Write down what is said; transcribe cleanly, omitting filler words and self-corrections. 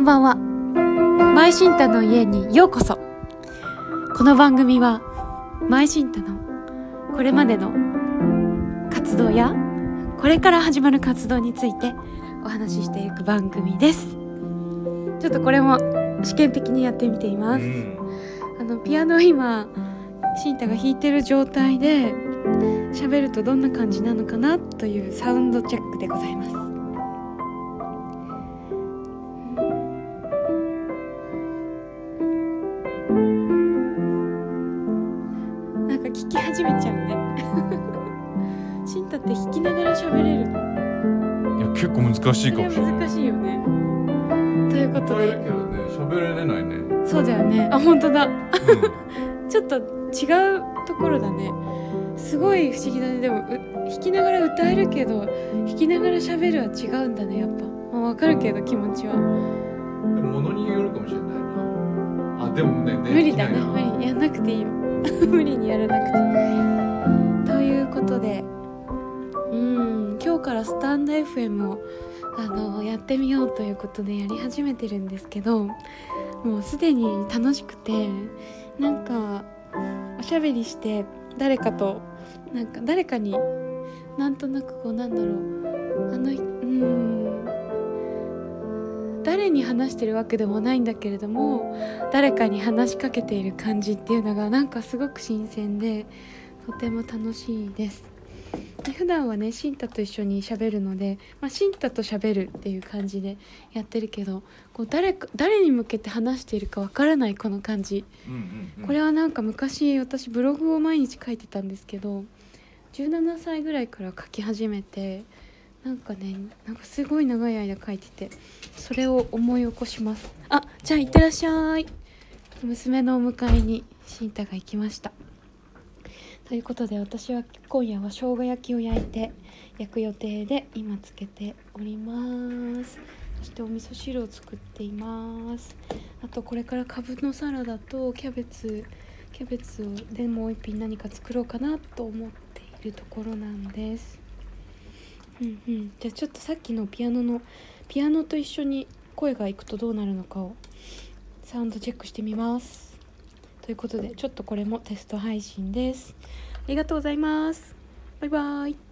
ばんは。マイシンタの家にようこそ。この番組はマイシンタのこれまでの活動やこれから始まる活動についてお話ししていく番組です。ちょっとこれも試験的にやってみています。ピアノを今シンタが弾いてる状態で喋るとどんな感じなのかなというサウンドチェックでございます。なんか聞き始めちゃうねシンタって弾きながら喋れるの？ いや結構難しいかもしれない。 難しいよね。ということで喋れないね。 そうだよね。あ、本当だ、ちょっと違うところだね。すごい不思議だね。でも弾きながら歌えるけど弾きながら喋るは違うんだね、やっぱ。わかるけど気持ちは。でも物によるかもしれないな。あ、でもね、 無理だね。無理、やんなくていいよ無理にやらなくて。ということで、今日からスタンド FM をやってみようということでやり始めてるんですけど、もうすでに楽しくて、なんかおしゃべりして誰かになんとなくこうなんだろう、誰に話してるわけでもないんだけれども誰かに話しかけている感じっていうのがなんかすごく新鮮でとても楽しいです。で普段はねシンタと一緒に喋るので、シンタと喋るっていう感じでやってるけど、こう誰に向けて話しているかわからないこの感じ、これはなんか昔私ブログを毎日書いてたんですけど、17歳ぐらいから書き始めて、なんかすごい長い間書いてて、それを思い起こします。あ、じゃあ行ってらっしゃい。娘のお迎えにシンタが行きました。ということで私は今夜は生姜焼きを焼く予定で今つけております。そしてお味噌汁を作っています。あとこれからカブのサラダとキャベツでもう一品何か作ろうかなと思っているところなんです。じゃあちょっとさっきのピアノと一緒に声がいくとどうなるのかをサウンドチェックしてみます。ということでちょっとこれもテスト配信です。ありがとうございます。バイバイ。